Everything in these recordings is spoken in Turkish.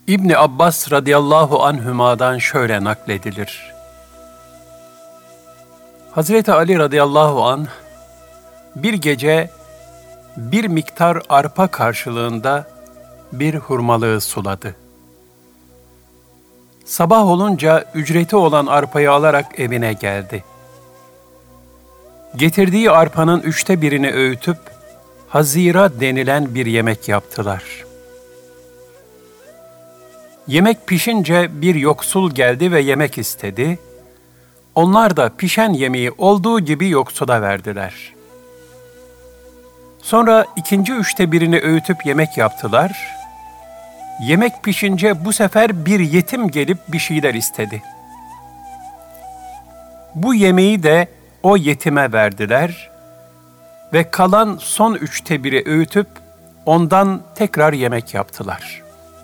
İbni Abbas radıyallahu anhüma'dan şöyle nakledilir. Hazreti Ali radıyallahu anh bir gece bir miktar arpa karşılığında bir hurmalığı suladı. Sabah olunca ücreti olan arpayı alarak evine geldi. Getirdiği arpanın 1/3'ünü öğütüp hazira denilen bir yemek yaptılar. Yemek pişince bir yoksul geldi ve yemek istedi. Onlar da pişen yemeği olduğu gibi yoksula verdiler. Sonra 2/3'ünü öğütüp yemek yaptılar. Yemek pişince bu sefer bir yetim gelip bir şeyler istedi. Bu yemeği de o yetime verdiler ve kalan son 1/3'ü öğütüp ondan tekrar yemek yaptılar.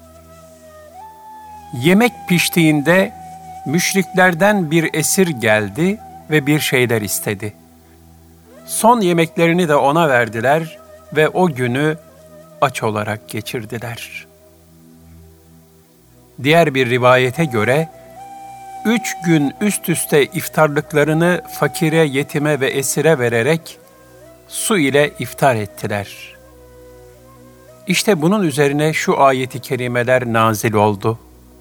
Yemek piştiğinde müşriklerden bir esir geldi ve bir şeyler istedi. Son yemeklerini de ona verdiler ve o günü aç olarak geçirdiler. Diğer bir rivayete göre 3 gün üst üste iftarlıklarını fakire, yetime ve esire vererek su ile iftar ettiler. İşte bunun üzerine şu ayeti kerimeler nazil oldu.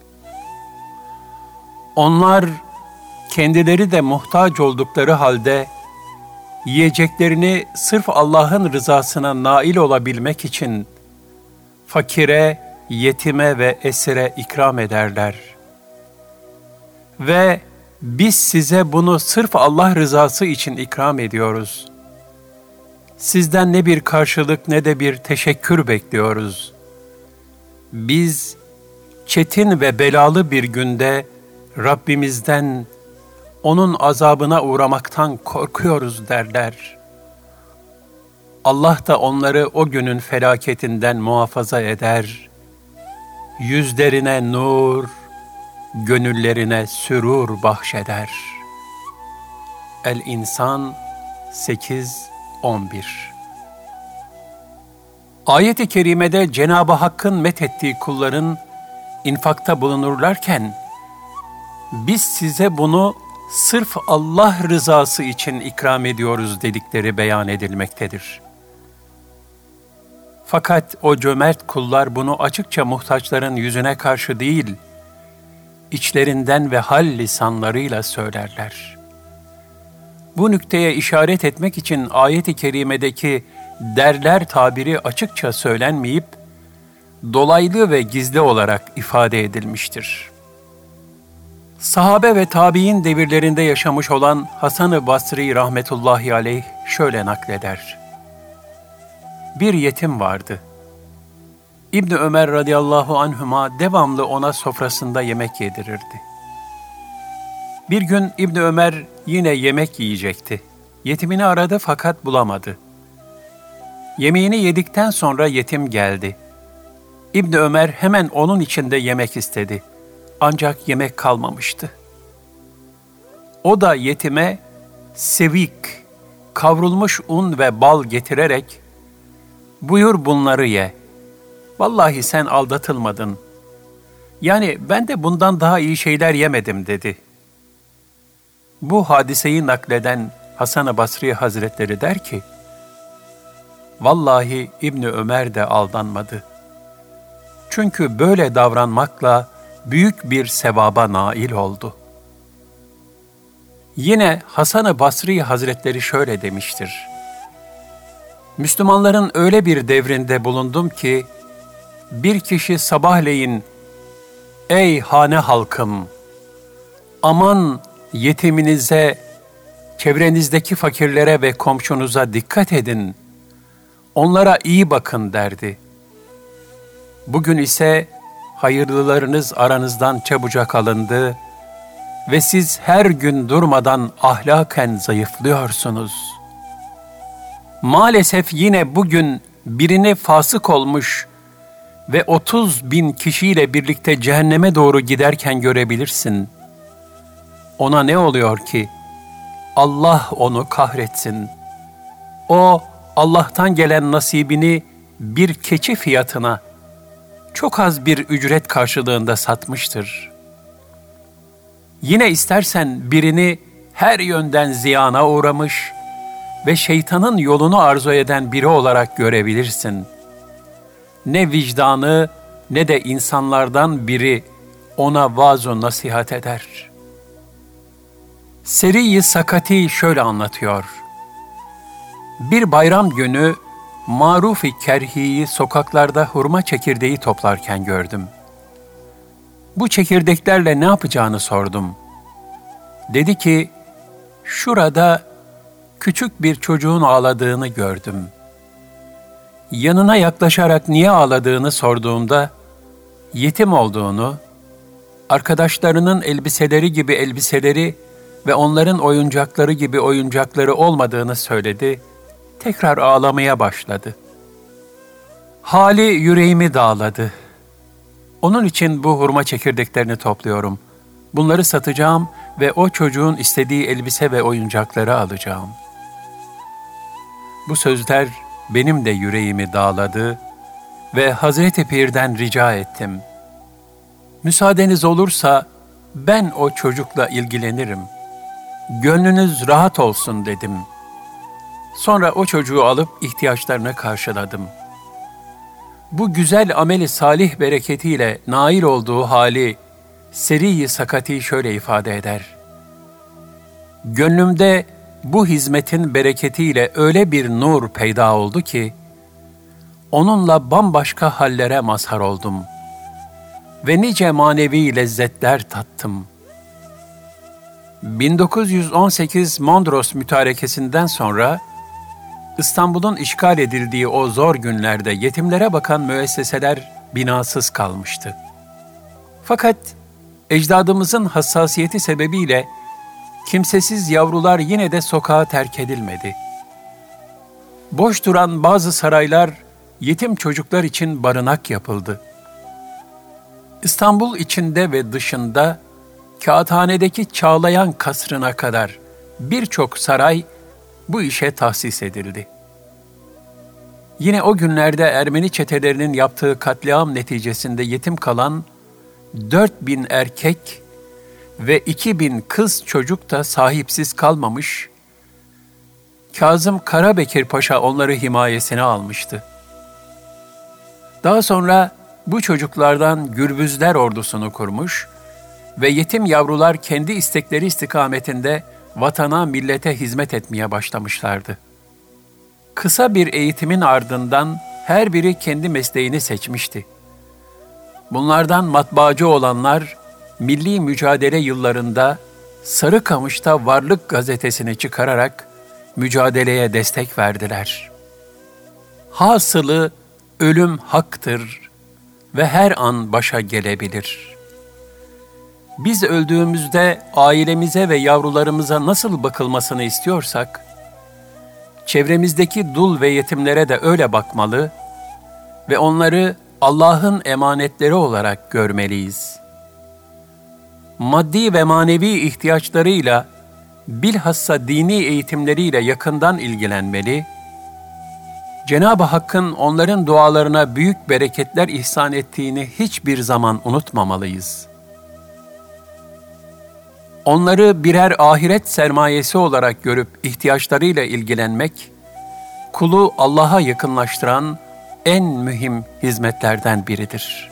Onlar kendileri de muhtaç oldukları halde yiyeceklerini sırf Allah'ın rızasına nail olabilmek için fakire, yetime ve esire ikram ederler. Ve biz size bunu sırf Allah rızası için ikram ediyoruz. Sizden ne bir karşılık ne de bir teşekkür bekliyoruz. Biz çetin ve belalı bir günde Rabbimizden, onun azabına uğramaktan korkuyoruz derler. Allah da onları o günün felaketinden muhafaza eder. Yüzlerine nur, gönüllerine sürur bahşeder. El-İnsan 8-11. Ayet-i kerimede Cenab-ı Hakk'ın methettiği kulların infakta bulunurlarken, biz size bunu sırf Allah rızası için ikram ediyoruz dedikleri beyan edilmektedir. Fakat o cömert kullar bunu açıkça muhtaçların yüzüne karşı değil, içlerinden ve hal lisanlarıyla söylerler. Bu nükteye işaret etmek için ayet-i kerimedeki derler tabiri açıkça söylenmeyip, dolaylı ve gizli olarak ifade edilmiştir. Sahabe ve tabiin devirlerinde yaşamış olan Hasan-ı Basri rahmetullahi aleyh şöyle nakleder. Bir yetim vardı. İbni Ömer radıyallahu anhuma devamlı ona sofrasında yemek yedirirdi. Bir gün İbni Ömer yine yemek yiyecekti. Yetimini aradı fakat bulamadı. Yemeğini yedikten sonra yetim geldi. İbni Ömer hemen onun için de yemek istedi. Ancak yemek kalmamıştı. O da yetime sevik, kavrulmuş un ve bal getirerek, "Buyur bunları ye. Vallahi sen aldatılmadın. Yani ben de bundan daha iyi şeyler yemedim." dedi. Bu hadiseyi nakleden Hasan-ı Basri Hazretleri der ki, "Vallahi İbni Ömer de aldanmadı. Çünkü böyle davranmakla büyük bir sevaba nail oldu." Yine Hasan-ı Basri Hazretleri şöyle demiştir. Müslümanların öyle bir devrinde bulundum ki, bir kişi sabahleyin, "Ey hane halkım, aman yetiminize, çevrenizdeki fakirlere ve komşunuza dikkat edin, onlara iyi bakın" derdi. Bugün ise hayırlılarınız aranızdan çabucak alındı ve siz her gün durmadan ahlaken zayıflıyorsunuz. Maalesef yine bugün birini fasık olmuş ve 30.000 kişiyle birlikte cehenneme doğru giderken görebilirsin. Ona ne oluyor ki? Allah onu kahretsin. O, Allah'tan gelen nasibini bir keçi fiyatına, çok az bir ücret karşılığında satmıştır. Yine istersen birini her yönden ziyana uğramış ve şeytanın yolunu arzu eden biri olarak görebilirsin. Ne vicdanı ne de insanlardan biri ona vaaz-ı nasihat eder. Seri-i Sakati şöyle anlatıyor. Bir bayram günü Maruf-i Kerhi'yi sokaklarda hurma çekirdeği toplarken gördüm. Bu çekirdeklerle ne yapacağını sordum. Dedi ki, şurada küçük bir çocuğun ağladığını gördüm. Yanına yaklaşarak niye ağladığını sorduğumda, yetim olduğunu, arkadaşlarının elbiseleri gibi elbiseleri ve onların oyuncakları gibi oyuncakları olmadığını söyledi, tekrar ağlamaya başladı. Hali yüreğimi dağladı. Onun için bu hurma çekirdeklerini topluyorum. Bunları satacağım ve o çocuğun istediği elbise ve oyuncakları alacağım. Bu sözler benim de yüreğimi dağladı ve Hazreti Pir'den rica ettim. Müsaadeniz olursa ben o çocukla ilgilenirim. Gönlünüz rahat olsun dedim. Sonra o çocuğu alıp ihtiyaçlarını karşıladım. Bu güzel ameli salih bereketiyle nail olduğu hali Seri-i Sakati şöyle ifade eder. Gönlümde bu hizmetin bereketiyle öyle bir nur peyda oldu ki, onunla bambaşka hallere mazhar oldum ve nice manevi lezzetler tattım. 1918 Mondros mütarekesinden sonra, İstanbul'un işgal edildiği o zor günlerde yetimlere bakan müesseseler binasız kalmıştı. Fakat ecdadımızın hassasiyeti sebebiyle kimsesiz yavrular yine de sokağa terk edilmedi. Boş duran bazı saraylar yetim çocuklar için barınak yapıldı. İstanbul içinde ve dışında Kağıthane'deki Çağlayan Kasrı'na kadar birçok saray bu işe tahsis edildi. Yine o günlerde Ermeni çetelerinin yaptığı katliam neticesinde yetim kalan 4.000 erkek ve 2.000 kız çocuk da sahipsiz kalmamış, Kazım Karabekir Paşa onları himayesine almıştı. Daha sonra bu çocuklardan Gürbüzler ordusunu kurmuş ve yetim yavrular kendi istekleri istikametinde vatana, millete hizmet etmeye başlamışlardı. Kısa bir eğitimin ardından her biri kendi mesleğini seçmişti. Bunlardan matbaacı olanlar, milli mücadele yıllarında Sarıkamış'ta Varlık gazetesini çıkararak mücadeleye destek verdiler. Hasılı ölüm haktır ve her an başa gelebilir. Biz öldüğümüzde ailemize ve yavrularımıza nasıl bakılmasını istiyorsak, çevremizdeki dul ve yetimlere de öyle bakmalı ve onları Allah'ın emanetleri olarak görmeliyiz. Maddi ve manevi ihtiyaçlarıyla, bilhassa dini eğitimleriyle yakından ilgilenmeli, Cenab-ı Hakk'ın onların dualarına büyük bereketler ihsan ettiğini hiçbir zaman unutmamalıyız. Onları birer ahiret sermayesi olarak görüp ihtiyaçlarıyla ilgilenmek, kulu Allah'a yakınlaştıran en mühim hizmetlerden biridir.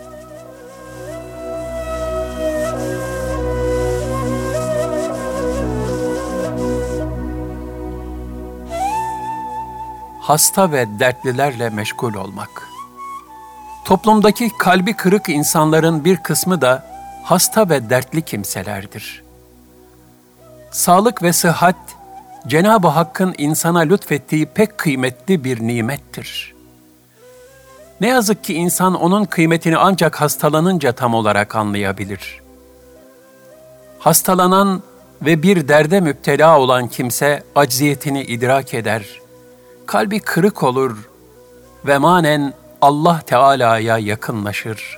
Hasta ve dertlilerle meşgul olmak. Toplumdaki kalbi kırık insanların bir kısmı da hasta ve dertli kimselerdir. Sağlık ve sıhhat, Cenab-ı Hakk'ın insana lütfettiği pek kıymetli bir nimettir. Ne yazık ki insan onun kıymetini ancak hastalanınca tam olarak anlayabilir. Hastalanan ve bir derde müptela olan kimse acziyetini idrak eder, kalbi kırık olur ve manen Allah Teala'ya yakınlaşır.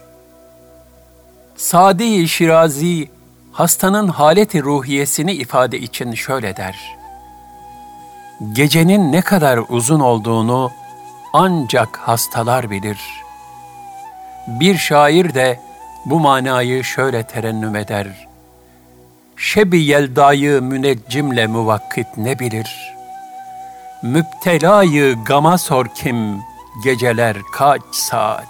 Sadi-i Şirazi, hastanın haleti ruhiyesini ifade için şöyle der: gecenin ne kadar uzun olduğunu ancak hastalar bilir. Bir şair de bu manayı şöyle terennüm eder: Şebi yeldayı müneccimle muvakkit ne bilir? Müptelayı gama sor kim, geceler kaç saat?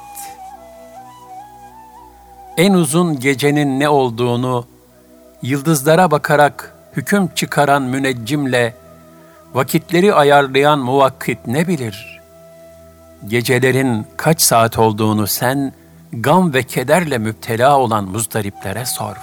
En uzun gecenin ne olduğunu, yıldızlara bakarak hüküm çıkaran müneccimle, vakitleri ayarlayan muvakkit ne bilir? Gecelerin kaç saat olduğunu sen, gam ve kederle müptela olan muzdariplere sor.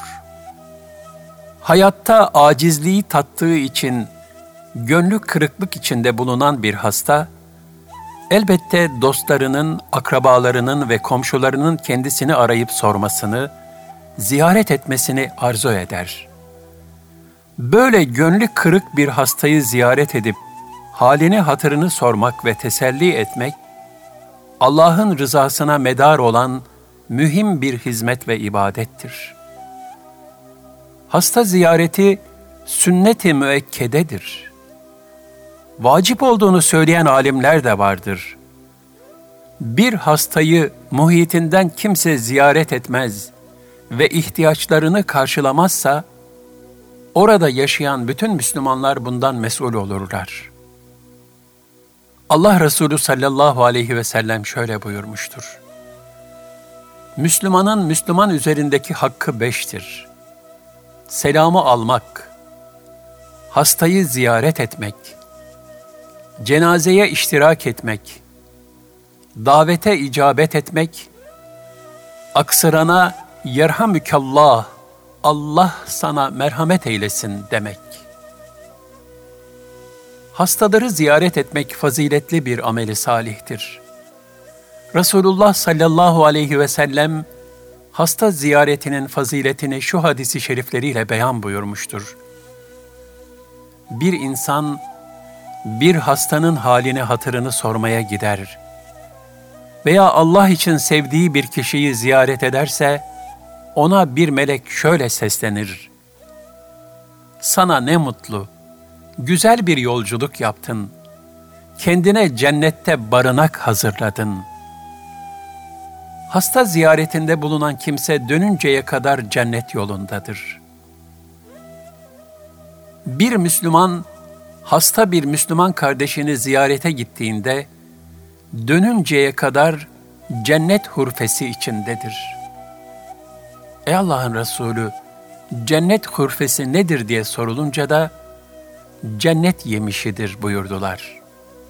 Hayatta acizliği tattığı için, gönlü kırıklık içinde bulunan bir hasta, elbette dostlarının, akrabalarının ve komşularının kendisini arayıp sormasını, ziyaret etmesini arzu eder. Böyle gönlü kırık bir hastayı ziyaret edip, halini hatırını sormak ve teselli etmek, Allah'ın rızasına medar olan mühim bir hizmet ve ibadettir. Hasta ziyareti sünnet-i müekkededir. Vacip olduğunu söyleyen alimler de vardır. Bir hastayı muhitinden kimse ziyaret etmez ve ihtiyaçlarını karşılamazsa, orada yaşayan bütün Müslümanlar bundan mesul olurlar. Allah Resulü sallallahu aleyhi ve sellem şöyle buyurmuştur: Müslümanın Müslüman üzerindeki hakkı 5'tir. Selamı almak, hastayı ziyaret etmek, cenazeye iştirak etmek, davete icabet etmek, aksırana yerhamükallah, Allah sana merhamet eylesin demek. Hastaları ziyaret etmek faziletli bir ameli salihtir. Resulullah sallallahu aleyhi ve sellem, hasta ziyaretinin faziletini şu hadisi şerifleriyle beyan buyurmuştur. Bir insan, bir hastanın halini hatırını sormaya gider veya Allah için sevdiği bir kişiyi ziyaret ederse, ona bir melek şöyle seslenir: Sana ne mutlu, güzel bir yolculuk yaptın, kendine cennette barınak hazırladın. Hasta ziyaretinde bulunan kimse dönünceye kadar cennet yolundadır. Bir Müslüman, hasta bir Müslüman kardeşini ziyarete gittiğinde, dönünceye kadar cennet hurfesi içindedir. Ey Allah'ın Resulü, cennet hurfesi nedir diye sorulunca da, cennet yemişidir buyurdular.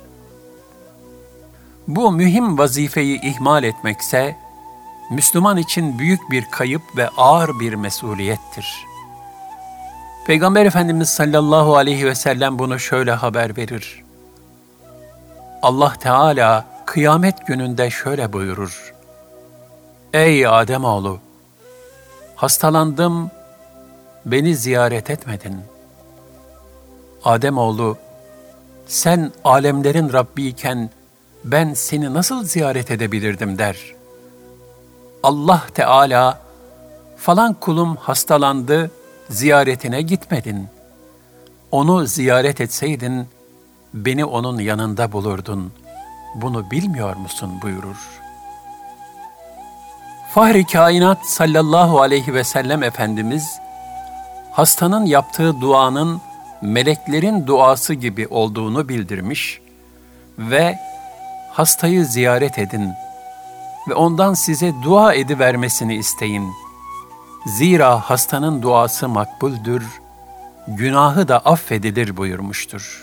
Bu mühim vazifeyi ihmal etmekse, Müslüman için büyük bir kayıp ve ağır bir mesuliyettir. Peygamber Efendimiz sallallahu aleyhi ve sellem bunu şöyle haber verir: Allah Teala kıyamet gününde şöyle buyurur: Ey Ademoğlu! Hastalandım, beni ziyaret etmedin. Ademoğlu, sen alemlerin Rabbiyken ben seni nasıl ziyaret edebilirdim der. Allah Teala, falan kulum hastalandı, ziyaretine gitmedin. Onu ziyaret etseydin, beni onun yanında bulurdun. Bunu bilmiyor musun buyurur. Fahri Kainat sallallahu aleyhi ve sellem Efendimiz, hastanın yaptığı duanın meleklerin duası gibi olduğunu bildirmiş ve hastayı ziyaret edin ve ondan size dua edivermesini isteyin. Zira hastanın duası makbuldür, günahı da affedilir buyurmuştur.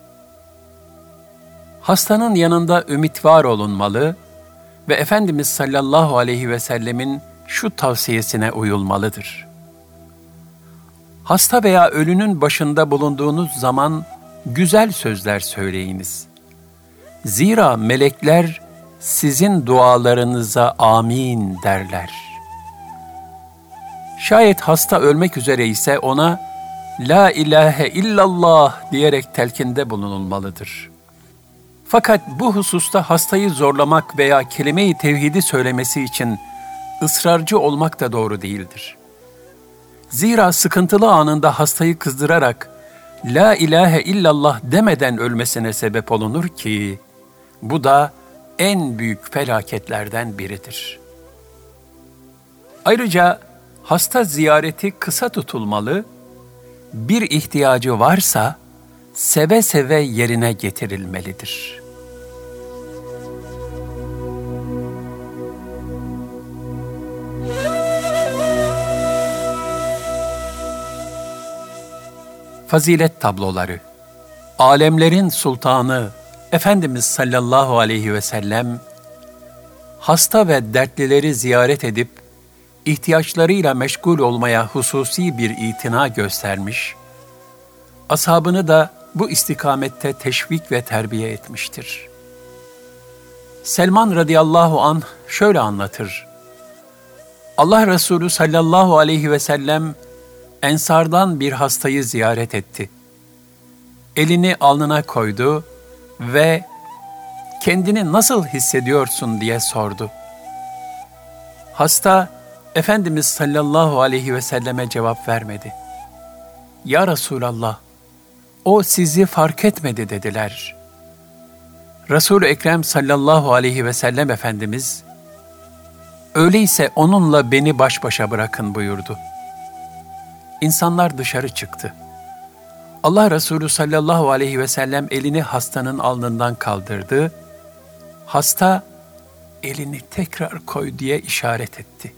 Hastanın yanında ümit var olunmalı ve Efendimiz sallallahu aleyhi ve sellemin şu tavsiyesine uyulmalıdır. Hasta veya ölünün başında bulunduğunuz zaman güzel sözler söyleyiniz. Zira melekler sizin dualarınıza amin derler. Şayet hasta ölmek üzere ise ona la ilahe illallah diyerek telkinde bulunulmalıdır. Fakat bu hususta hastayı zorlamak veya kelime-i tevhidi söylemesi için ısrarcı olmak da doğru değildir. Zira sıkıntılı anında hastayı kızdırarak la ilahe illallah demeden ölmesine sebep olunur ki, bu da en büyük felaketlerden biridir. Ayrıca hasta ziyareti kısa tutulmalı, bir ihtiyacı varsa seve seve yerine getirilmelidir. Fazilet tabloları. Alemlerin sultanı Efendimiz sallallahu aleyhi ve sellem, hasta ve dertlileri ziyaret edip, ihtiyaçlarıyla meşgul olmaya hususi bir itina göstermiş, ashabını da bu istikamette teşvik ve terbiye etmiştir. Selman radıyallahu anh şöyle anlatır: Allah Resulü sallallahu aleyhi ve sellem, Ensardan bir hastayı ziyaret etti. Elini alnına koydu ve kendini nasıl hissediyorsun diye sordu. Hasta, Efendimiz sallallahu aleyhi ve selleme cevap vermedi. Ya Resulallah, o sizi fark etmedi dediler. Resul-i Ekrem sallallahu aleyhi ve sellem Efendimiz, öyleyse onunla beni baş başa bırakın buyurdu. İnsanlar dışarı çıktı. Allah Resulü sallallahu aleyhi ve sellem elini hastanın alnından kaldırdı. Hasta, elini tekrar koy diye işaret etti.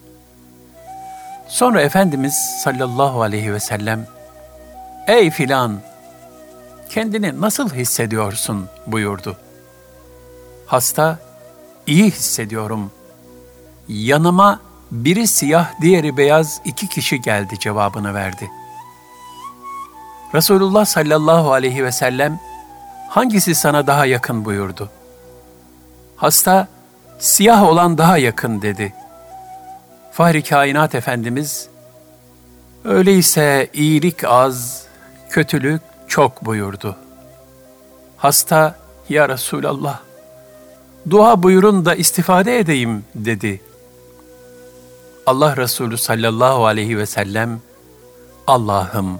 Sonra Efendimiz sallallahu aleyhi ve sellem, ey filan, kendini nasıl hissediyorsun buyurdu. Hasta, iyi hissediyorum. Yanıma biri siyah, diğeri beyaz 2 kişi geldi cevabını verdi. Resulullah sallallahu aleyhi ve sellem, hangisi sana daha yakın buyurdu. Hasta, siyah olan daha yakın dedi. Fahri Kainat Efendimiz, öyleyse iyilik az, kötülük çok buyurdu. Hasta, ya Resulallah, dua buyurun da istifade edeyim dedi. Allah Resulü sallallahu aleyhi ve sellem, Allah'ım,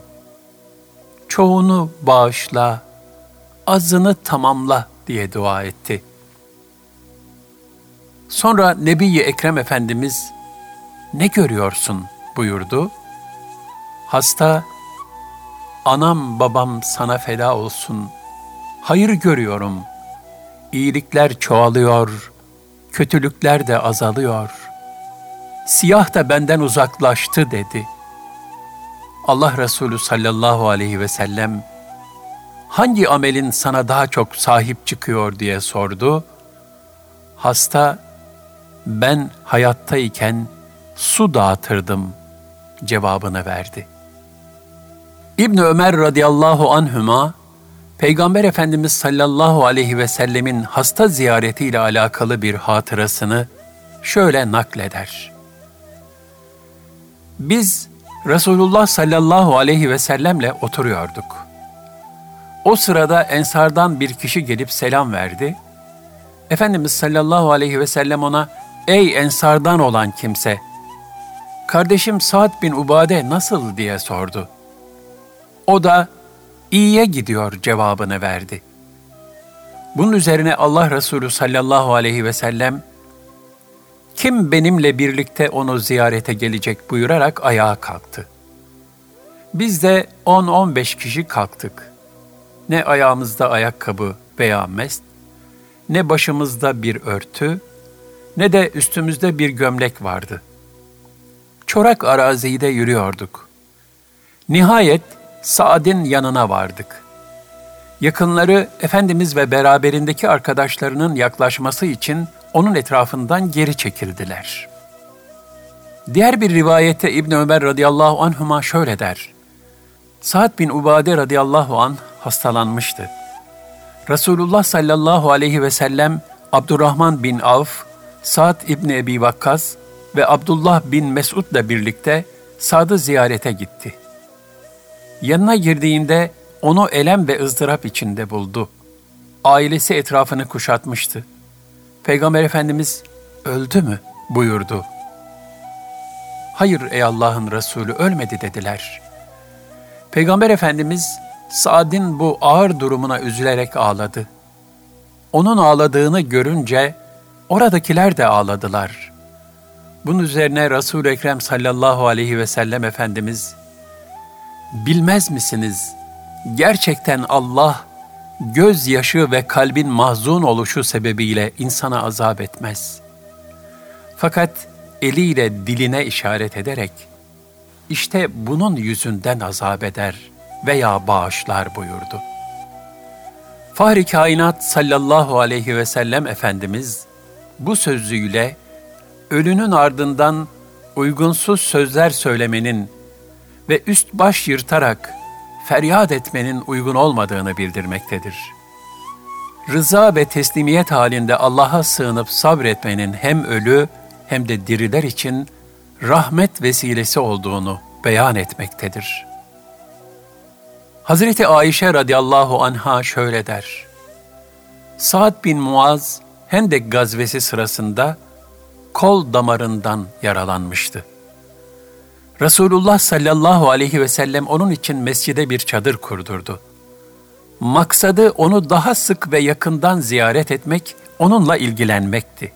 çoğunu bağışla, azını tamamla diye dua etti. Sonra Nebi-i Ekrem Efendimiz, ne görüyorsun buyurdu. Hasta, anam babam sana feda olsun, hayır görüyorum, iyilikler çoğalıyor, kötülükler de azalıyor. Siyah da benden uzaklaştı dedi. Allah Resulü sallallahu aleyhi ve sellem, hangi amelin sana daha çok sahip çıkıyor diye sordu. Hasta, ben hayattayken su dağıtırdım cevabını verdi. İbn Ömer radıyallahu anhüma, Peygamber Efendimiz sallallahu aleyhi ve sellemin hasta ziyaretiyle alakalı bir hatırasını şöyle nakleder. Biz Resulullah sallallahu aleyhi ve sellemle oturuyorduk. O sırada Ensardan bir kişi gelip selam verdi. Efendimiz sallallahu aleyhi ve sellem ona, ey Ensardan olan kimse, kardeşim Sa'd bin Ubade nasıl diye sordu. O da, iyiye gidiyor cevabını verdi. Bunun üzerine Allah Resulü sallallahu aleyhi ve sellem, kim benimle birlikte onu ziyarete gelecek buyurarak ayağa kalktı. Biz de 10-15 kişi kalktık. Ne ayağımızda ayakkabı veya mest, ne başımızda bir örtü, ne de üstümüzde bir gömlek vardı. Çorak arazide yürüyorduk. Nihayet Sa'd'in yanına vardık. Yakınları Efendimiz ve beraberindeki arkadaşlarının yaklaşması için onun etrafından geri çekildiler. Diğer bir rivayette İbn Ömer radıyallahu anhuma şöyle der. Sa'd bin Ubade radıyallahu anh hastalanmıştı. Resulullah sallallahu aleyhi ve sellem Abdurrahman bin Avf, Sa'd İbni Ebi Vakkas ve Abdullah bin Mesud'la birlikte Sa'd'ı ziyarete gitti. Yanına girdiğinde onu elem ve ızdırap içinde buldu. Ailesi etrafını kuşatmıştı. Peygamber Efendimiz, öldü mü buyurdu. Hayır ey Allah'ın Resulü, ölmedi dediler. Peygamber Efendimiz, Sa'd'in bu ağır durumuna üzülerek ağladı. Onun ağladığını görünce oradakiler de ağladılar. Bunun üzerine Resul-i Ekrem sallallahu aleyhi ve sellem Efendimiz, "Bilmez misiniz? Gerçekten Allah, gözyaşı ve kalbin mahzun oluşu sebebiyle insana azap etmez. Fakat eliyle diline işaret ederek, işte bunun yüzünden azap eder veya bağışlar" buyurdu. Fahri Kainat sallallahu aleyhi ve sellem Efendimiz, bu sözüyle ölünün ardından uygunsuz sözler söylemenin ve üst baş yırtarak feryat etmenin uygun olmadığını bildirmektedir. Rıza ve teslimiyet halinde Allah'a sığınıp sabretmenin hem ölü hem de diriler için rahmet vesilesi olduğunu beyan etmektedir. Hazreti Ayşe radıyallahu anha şöyle der: Sa'd bin Muaz, Hendek gazvesi sırasında kol damarından yaralanmıştı. Resulullah sallallahu aleyhi ve sellem onun için mescide bir çadır kurdurdu. Maksadı onu daha sık ve yakından ziyaret etmek, onunla ilgilenmekti.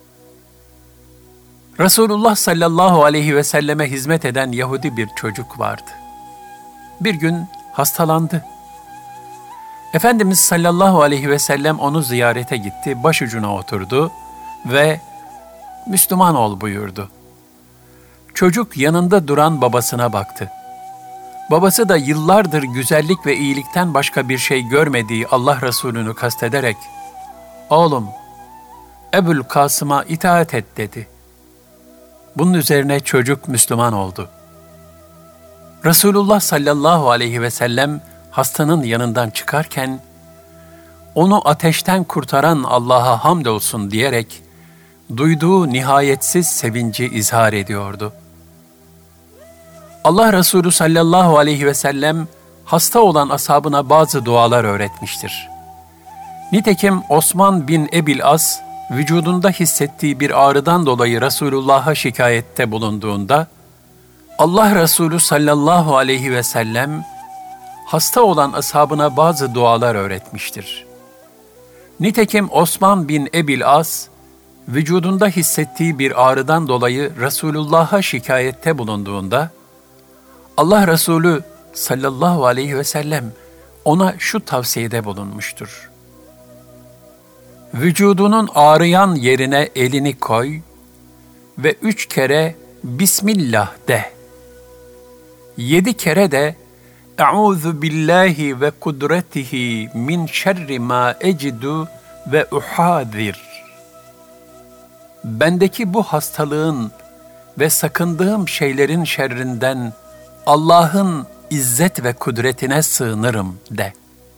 Resulullah sallallahu aleyhi ve selleme hizmet eden Yahudi bir çocuk vardı. Bir gün hastalandı. Efendimiz sallallahu aleyhi ve sellem onu ziyarete gitti, başucuna oturdu ve "Müslüman ol" buyurdu. Çocuk yanında duran babasına baktı. Babası da yıllardır güzellik ve iyilikten başka bir şey görmediği Allah Resulü'nü kastederek, "Oğlum, Ebul Kasım'a itaat et" dedi. Bunun üzerine çocuk Müslüman oldu. Resulullah sallallahu aleyhi ve sellem hastanın yanından çıkarken, onu ateşten kurtaran Allah'a hamdolsun diyerek, duyduğu nihayetsiz sevinci izhar ediyordu. Allah Resulü sallallahu aleyhi ve sellem hasta olan ashabına bazı dualar öğretmiştir. Nitekim Osman bin Ebil As, vücudunda hissettiği bir ağrıdan dolayı Resulullah'a şikayette bulunduğunda, Allah Resulü sallallahu aleyhi ve sellem hasta olan ashabına bazı dualar öğretmiştir. Nitekim Osman bin Ebil As, vücudunda hissettiği bir ağrıdan dolayı Resulullah'a şikayette bulunduğunda, Allah Resulü sallallahu aleyhi ve sellem ona şu tavsiyede bulunmuştur: Vücudunun ağrıyan yerine elini koy ve 3 kere Bismillah de. 7 kere de Eûzu billahi ve kudretihi min şerri ma ecidu ve uhadir. Bendeki bu hastalığın ve sakındığım şeylerin şerrinden Allah'ın izzet ve kudretine sığınırım de.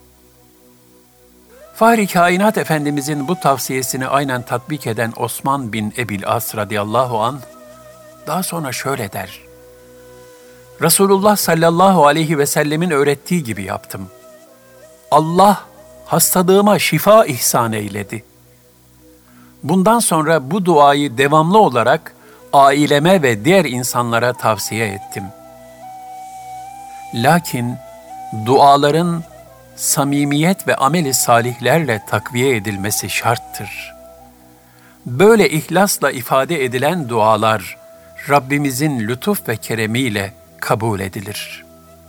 Fahri Kainat Efendimizin bu tavsiyesini aynen tatbik eden Osman bin Ebil As radıyallahu anh, daha sonra şöyle der: Resulullah sallallahu aleyhi ve sellemin öğrettiği gibi yaptım. Allah hastalığıma şifa ihsan eyledi. Bundan sonra bu duayı devamlı olarak aileme ve diğer insanlara tavsiye ettim. Lakin duaların samimiyet ve ameli salihlerle takviye edilmesi şarttır. Böyle ihlasla ifade edilen dualar Rabbimizin lütuf ve keremiyle kabul edilir.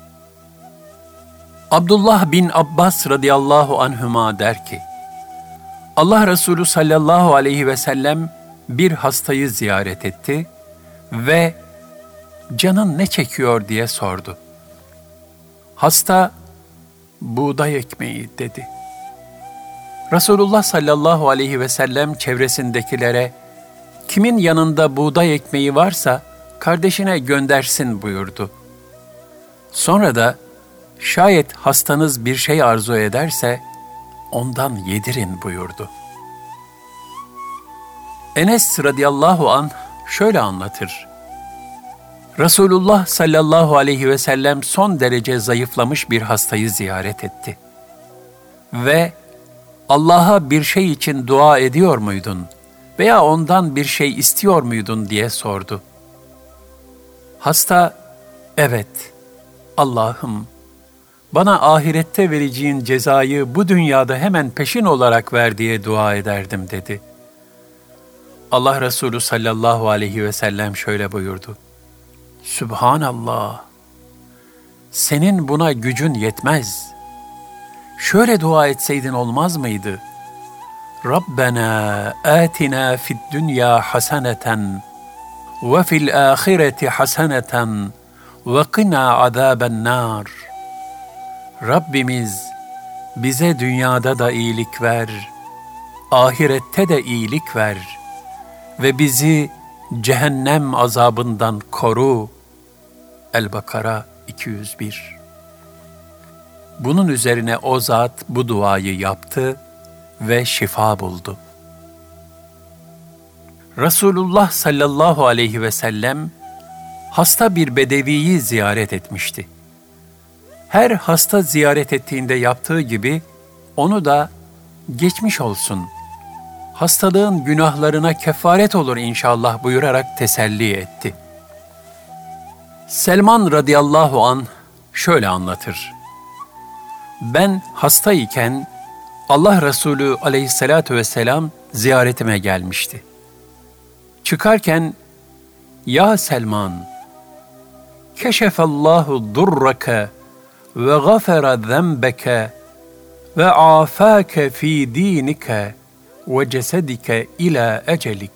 Abdullah bin Abbas radıyallahu anhüma der ki, Allah Resulü sallallahu aleyhi ve sellem bir hastayı ziyaret etti ve "Canın ne çekiyor?" diye sordu. Hasta, "Buğday ekmeği" dedi. Resulullah sallallahu aleyhi ve sellem çevresindekilere, "Kimin yanında buğday ekmeği varsa kardeşine göndersin" buyurdu. Sonra da, "Şayet hastanız bir şey arzu ederse ondan yedirin" buyurdu. Enes radıyallahu anh şöyle anlatır: Resulullah sallallahu aleyhi ve sellem son derece zayıflamış bir hastayı ziyaret etti. Ve "Allah'a bir şey için dua ediyor muydun veya ondan bir şey istiyor muydun?" diye sordu. Hasta, "Evet, Allah'ım, bana ahirette vereceğin cezayı bu dünyada hemen peşin olarak ver" diye dua ederdim dedi. Allah Resulü sallallahu aleyhi ve sellem şöyle buyurdu. Sübhanallah, senin buna gücün yetmez. Şöyle dua etseydin olmaz mıydı? Rabbena atina fid dünya haseneten ve fil ahireti haseneten ve qina azaben nar. Rabbimiz bize dünyada da iyilik ver, ahirette de iyilik ver ve bizi cehennem azabından koru. El-Bakara 201. Bunun üzerine o zat bu duayı yaptı ve şifa buldu. Resulullah sallallahu aleyhi ve sellem hasta bir bedeviyi ziyaret etmişti. Her hasta ziyaret ettiğinde yaptığı gibi onu da geçmiş olsun, hastalığın günahlarına kefaret olur inşallah buyurarak teselli etti. Selman radıyallahu anh şöyle anlatır. Ben hastayken Allah Resulü aleyhissalatu vesselam ziyaretime gelmişti. Çıkarken, Ya Selman, keşefallahu durrake ve gafera zenbeke ve afake fi dinike ve cesedike ila ecelik.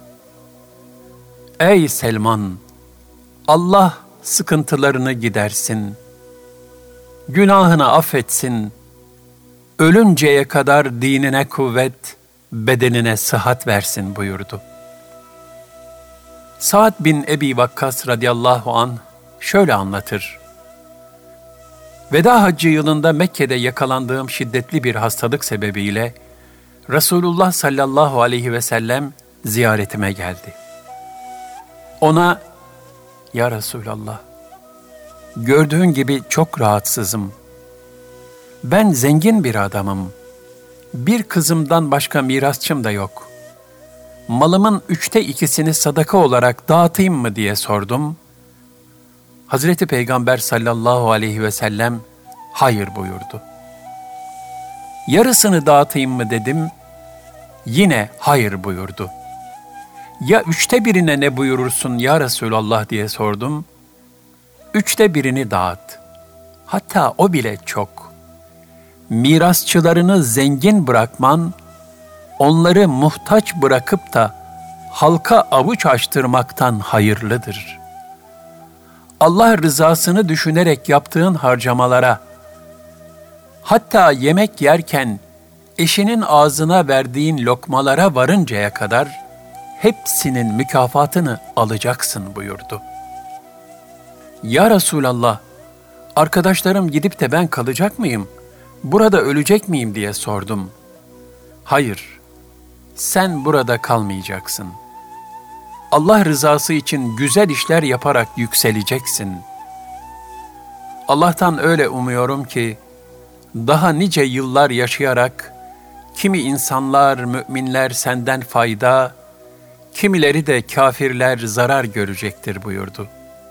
Ey Selman, Allah sıkıntılarını gidersin, günahını affetsin, ölünceye kadar dinine kuvvet, bedenine sıhhat versin buyurdu. Sa'd bin Ebi Vakkas radıyallahu anh şöyle anlatır. Veda Haccı yılında Mekke'de yakalandığım şiddetli bir hastalık sebebiyle Resulullah sallallahu aleyhi ve sellem ziyaretime geldi. Ona, Ya Resulallah, gördüğün gibi çok rahatsızım. Ben zengin bir adamım. Bir kızımdan başka mirasçım da yok. Malımın 2/3'ünü sadaka olarak dağıtayım mı diye sordum. Hazreti Peygamber sallallahu aleyhi ve sellem hayır buyurdu. Yarısını dağıtayım mı dedim. Yine hayır buyurdu. Ya 1/3'üne ne buyurursun ya Resulallah diye sordum. 1/3'ünü dağıt. Hatta o bile çok. Mirasçılarını zengin bırakman, onları muhtaç bırakıp da halka avuç açtırmaktan hayırlıdır. Allah rızasını düşünerek yaptığın harcamalara, hatta yemek yerken eşinin ağzına verdiğin lokmalara varıncaya kadar hepsinin mükafatını alacaksın buyurdu. Ya Resulallah, arkadaşlarım gidip de ben kalacak mıyım? Burada ölecek miyim diye sordum. Hayır, sen burada kalmayacaksın. Allah rızası için güzel işler yaparak yükseleceksin. Allah'tan öyle umuyorum ki, daha nice yıllar yaşayarak, kimi insanlar, müminler senden fayda, kimileri de kafirler zarar görecektir buyurdu.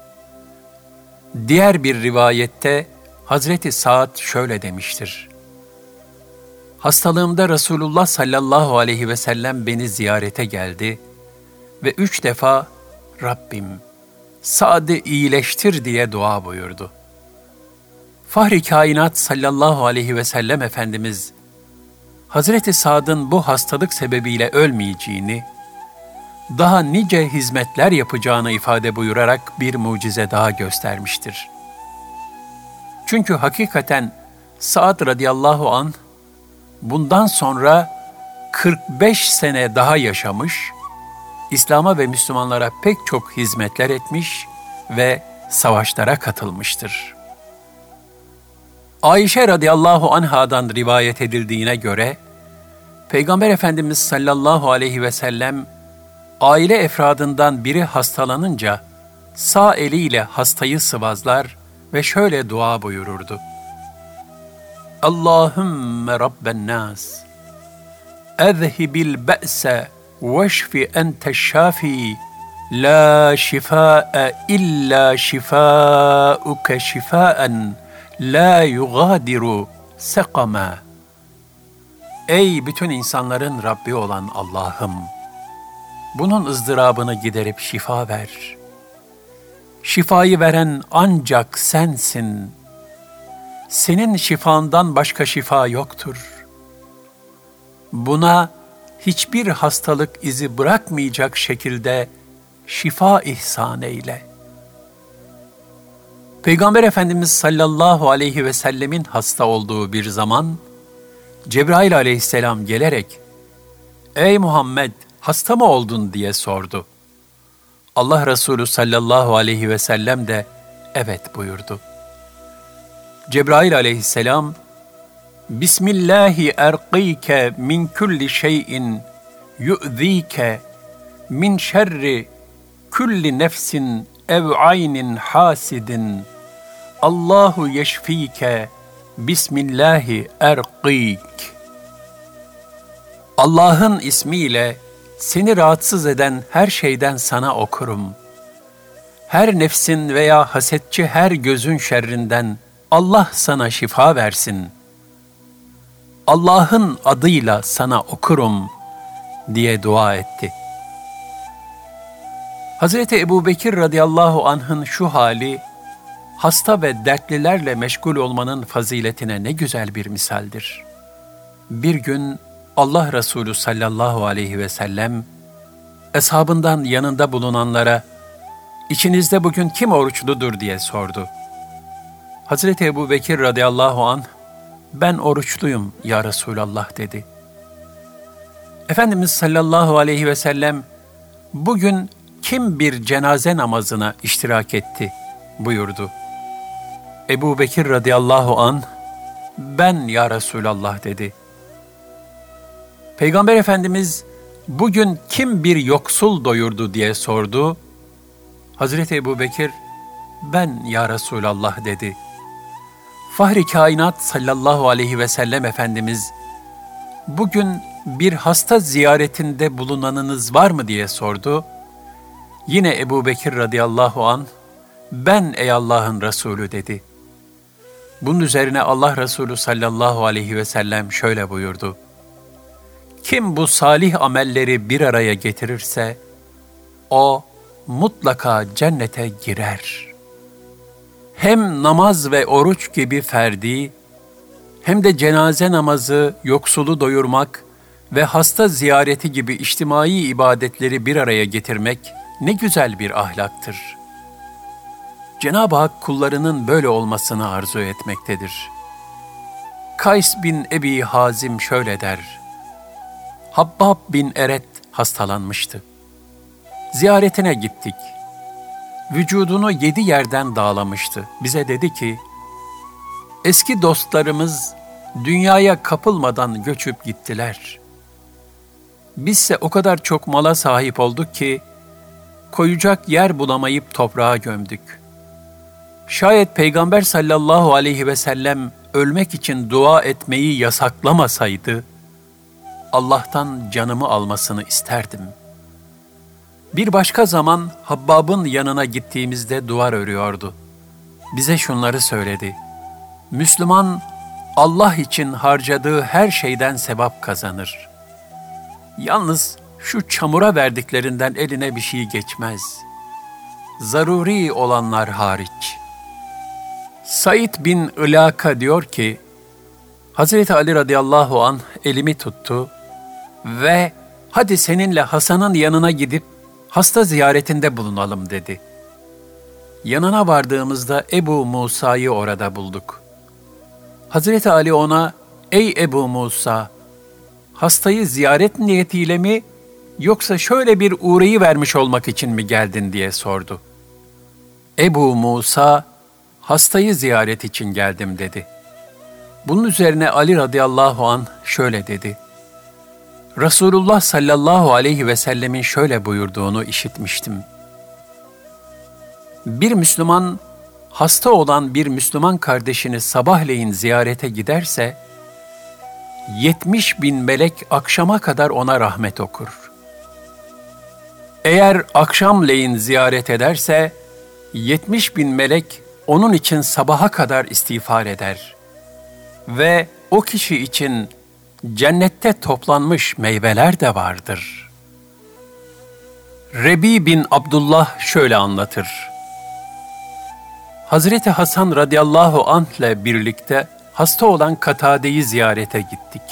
Diğer bir rivayette Hazreti Sa'd şöyle demiştir. Hastalığımda Resulullah sallallahu aleyhi ve sellem beni ziyarete geldi ve 3 defa Rabbim Sa'd'ı iyileştir diye dua buyurdu. Fahri kainat sallallahu aleyhi ve sellem Efendimiz, Hazreti Sa'd'ın bu hastalık sebebiyle ölmeyeceğini, daha nice hizmetler yapacağını ifade buyurarak bir mucize daha göstermiştir. Çünkü hakikaten Sa'd radıyallahu anh, bundan sonra 45 sene daha yaşamış, İslam'a ve Müslümanlara pek çok hizmetler etmiş ve savaşlara katılmıştır. Ayşe radıyallahu anhadan rivayet edildiğine göre, Peygamber Efendimiz sallallahu aleyhi ve sellem, aile efradından biri hastalanınca sağ eliyle hastayı sıvazlar ve şöyle dua buyururdu. Allahümme Rabben nas, ezhibil be'se veşfi enteşşafi, la şifâe illa şifâuke şifâen, la yugâdiru sekama. Ey bütün insanların Rabbi olan Allah'ım! bunun ızdırabını giderip şifa ver. Şifayı veren ancak sensin. Senin şifandan başka şifa yoktur. Buna hiçbir hastalık izi bırakmayacak şekilde şifa ihsan eyle. Peygamber Efendimiz sallallahu aleyhi ve sellemin hasta olduğu bir zaman, Cebrail aleyhisselam gelerek, "Ey Muhammed, hasta mı oldun?" diye sordu. Allah Resulü sallallahu aleyhi ve sellem de, "Evet" buyurdu. Cebrail aleyhisselam, "Bismillahi erqike min kulli şeyin yu'zike min şerri kulli nefsin ev aynin hasidin. Allahu yeşfike bismillahi erqik." Allah'ın ismiyle seni rahatsız eden her şeyden sana okurum. Her nefsin veya hasetçi her gözün şerrinden Allah sana şifa versin. Allah'ın adıyla sana okurum diye dua etti. Hazreti Ebubekir radıyallahu anh'ın şu hali, hasta ve dertlilerle meşgul olmanın faziletine ne güzel bir misaldir. Bir gün Allah Resulü sallallahu aleyhi ve sellem, eshabından yanında bulunanlara, "İçinizde bugün kim oruçludur?" diye sordu. Hazreti Ebubekir radıyallahu anh, "Ben oruçluyum ya Resulallah" dedi. Efendimiz sallallahu aleyhi ve sellem, "Bugün kim bir cenaze namazına iştirak etti?" buyurdu. Ebubekir radıyallahu anh, "Ben ya Resulallah" dedi. Peygamber Efendimiz, "Bugün kim bir yoksul doyurdu?" diye sordu. Hazreti Ebubekir, "Ben ya Resulallah" dedi. Fahri kainat sallallahu aleyhi ve sellem Efendimiz, "Bugün bir hasta ziyaretinde bulunanınız var mı?" diye sordu. Yine Ebubekir radıyallahu anh, "Ben ey Allah'ın Resulü" dedi. Bunun üzerine Allah Resulü sallallahu aleyhi ve sellem şöyle buyurdu: "Kim bu salih amelleri bir araya getirirse, o mutlaka cennete girer." Hem namaz ve oruç gibi ferdi, hem de cenaze namazı, yoksulu doyurmak ve hasta ziyareti gibi içtimai ibadetleri bir araya getirmek ne güzel bir ahlaktır. Cenab-ı Hak kullarının böyle olmasını arzu etmektedir. Kays bin Ebi Hazim şöyle der: Habbab bin Eret hastalanmıştı. Ziyaretine gittik. Vücudunu 7 yerden dağlamıştı. Bize dedi ki, eski dostlarımız dünyaya kapılmadan göçüp gittiler. Bizse o kadar çok mala sahip olduk ki, koyacak yer bulamayıp toprağa gömdük. Şayet Peygamber sallallahu aleyhi ve sellem ölmek için dua etmeyi yasaklamasaydı, Allah'tan canımı almasını isterdim. Bir başka zaman Habbab'ın yanına gittiğimizde duvar örüyordu. Bize şunları söyledi: Müslüman, Allah için harcadığı her şeyden sevap kazanır. Yalnız şu çamura verdiklerinden eline bir şey geçmez. Zaruri olanlar hariç. Said bin Ilaka diyor ki, Hazreti Ali radıyallahu anh elimi tuttu ve hadi seninle Hasan'ın yanına gidip hasta ziyaretinde bulunalım dedi. Yanına vardığımızda Ebu Musa'yı orada bulduk. Hazreti Ali ona, ey Ebu Musa, hastayı ziyaret niyetiyle mi yoksa şöyle bir uğrayı vermiş olmak için mi geldin diye sordu. Ebu Musa, hastayı ziyaret için geldim dedi. Bunun üzerine Ali radıyallahu anh şöyle dedi: Resulullah sallallahu aleyhi ve sellemin şöyle buyurduğunu işitmiştim. Bir Müslüman, hasta olan bir Müslüman kardeşini sabahleyin ziyarete giderse, 70.000 melek akşama kadar ona rahmet okur. Eğer akşamleyin ziyaret ederse, 70.000 melek onun için sabaha kadar istiğfar eder. Ve o kişi için cennette toplanmış meyveler de vardır. Rebi bin Abdullah şöyle anlatır. Hazreti Hasan radıyallahu anh ile birlikte hasta olan Katade'yi ziyarete gittik.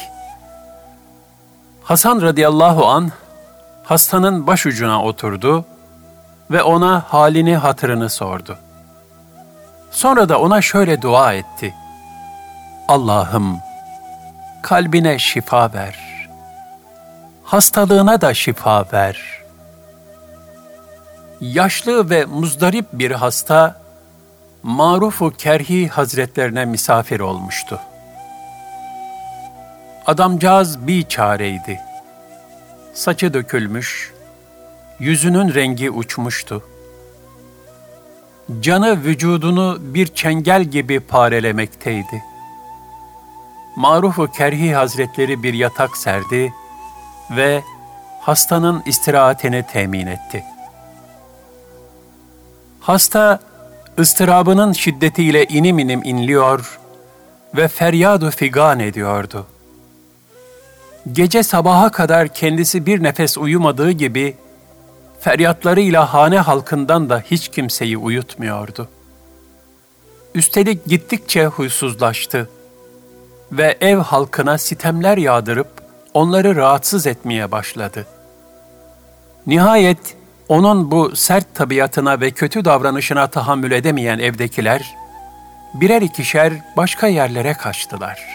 Hasan radıyallahu anh hastanın başucuna oturdu ve ona halini hatırını sordu. Sonra da ona şöyle dua etti. Allah'ım, kalbine şifa ver. Hastalığına da şifa ver. Yaşlı ve muzdarip bir hasta, Maruf-u Kerhi Hazretlerine misafir olmuştu. Adamcağız biçareydi. Saçı dökülmüş, yüzünün rengi uçmuştu. Canı vücudunu bir çengel gibi parelemekteydi. Maruf-u Kerhi Hazretleri bir yatak serdi ve hastanın istirahatini temin etti. Hasta, ıstırabının şiddetiyle inim inim inliyor ve feryad-ı figan ediyordu. Gece sabaha kadar kendisi bir nefes uyumadığı gibi, feryatlarıyla hane halkından da hiç kimseyi uyutmuyordu. Üstelik gittikçe huysuzlaştı ve ev halkına sitemler yağdırıp onları rahatsız etmeye başladı. Nihayet onun bu sert tabiatına ve kötü davranışına tahammül edemeyen evdekiler, birer ikişer başka yerlere kaçtılar.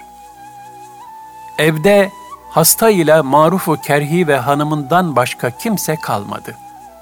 Evde hasta ile Maruf-u Kerhi ve hanımından başka kimse kalmadı.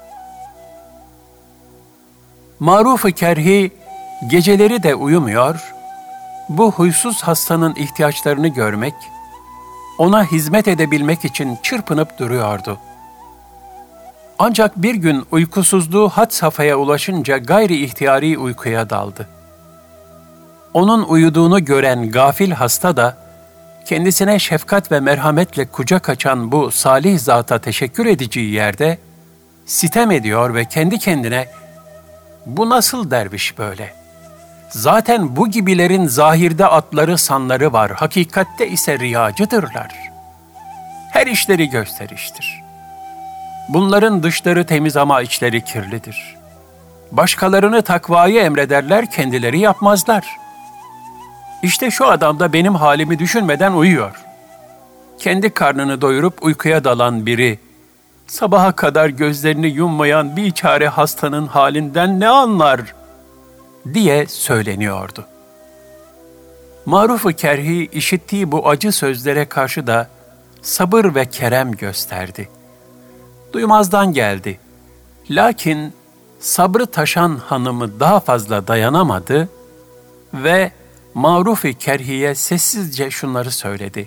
Maruf-u Kerhi geceleri de uyumuyor, bu huysuz hastanın ihtiyaçlarını görmek, ona hizmet edebilmek için çırpınıp duruyordu. Ancak bir gün uykusuzluğu had safhaya ulaşınca gayri ihtiyari uykuya daldı. Onun uyuduğunu gören gafil hasta da, kendisine şefkat ve merhametle kucak açan bu salih zata teşekkür edeceği yerde, sitem ediyor ve kendi kendine, "Bu nasıl derviş böyle? Zaten bu gibilerin zahirde atları sanları var, hakikatte ise riyacıdırlar. Her işleri gösteriştir. Bunların dışları temiz ama içleri kirlidir. Başkalarını takvayı emrederler, kendileri yapmazlar. İşte şu adam da benim halimi düşünmeden uyuyor. Kendi karnını doyurup uykuya dalan biri, sabaha kadar gözlerini yummayan biçare hastanın halinden ne anlar?" diye söyleniyordu. Maruf-u Kerhi işittiği bu acı sözlere karşı da sabır ve kerem gösterdi. Duymazdan geldi. Lakin sabrı taşan hanımı daha fazla dayanamadı ve Maruf-u Kerhi'ye sessizce şunları söyledi.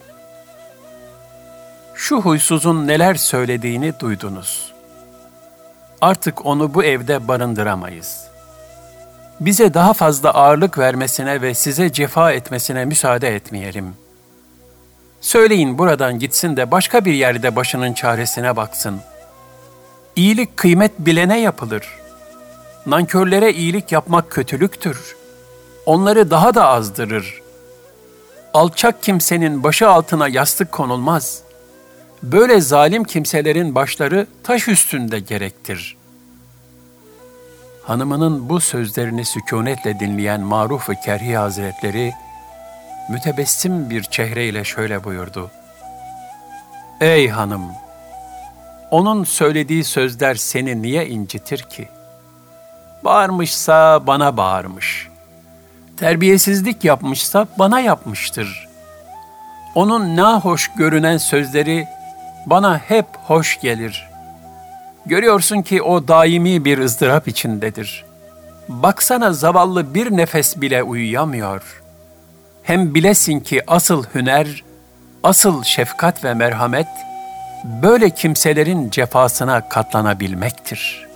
"Şu huysuzun neler söylediğini duydunuz. Artık onu bu evde barındıramayız. Bize daha fazla ağırlık vermesine ve size cefa etmesine müsaade etmeyelim. Söyleyin buradan gitsin de başka bir yerde başının çaresine baksın. İyilik kıymet bilene yapılır. Nankörlere iyilik yapmak kötülüktür. Onları daha da azdırır. Alçak kimsenin başı altına yastık konulmaz. Böyle zalim kimselerin başları taş üstünde gerektir." Hanımının bu sözlerini sükûnetle dinleyen Maruf-u Kerhi Hazretleri, mütebessim bir çehreyle şöyle buyurdu. "Ey hanım! Onun söylediği sözler seni niye incitir ki? Bağırmışsa bana bağırmış. Terbiyesizlik yapmışsa bana yapmıştır. Onun nahoş görünen sözleri bana hep hoş gelir. Görüyorsun ki o daimi bir ızdırap içindedir. Baksana zavallı bir nefes bile uyuyamıyor. Hem bilesin ki asıl hüner, asıl şefkat ve merhamet, böyle kimselerin cefasına katlanabilmektir."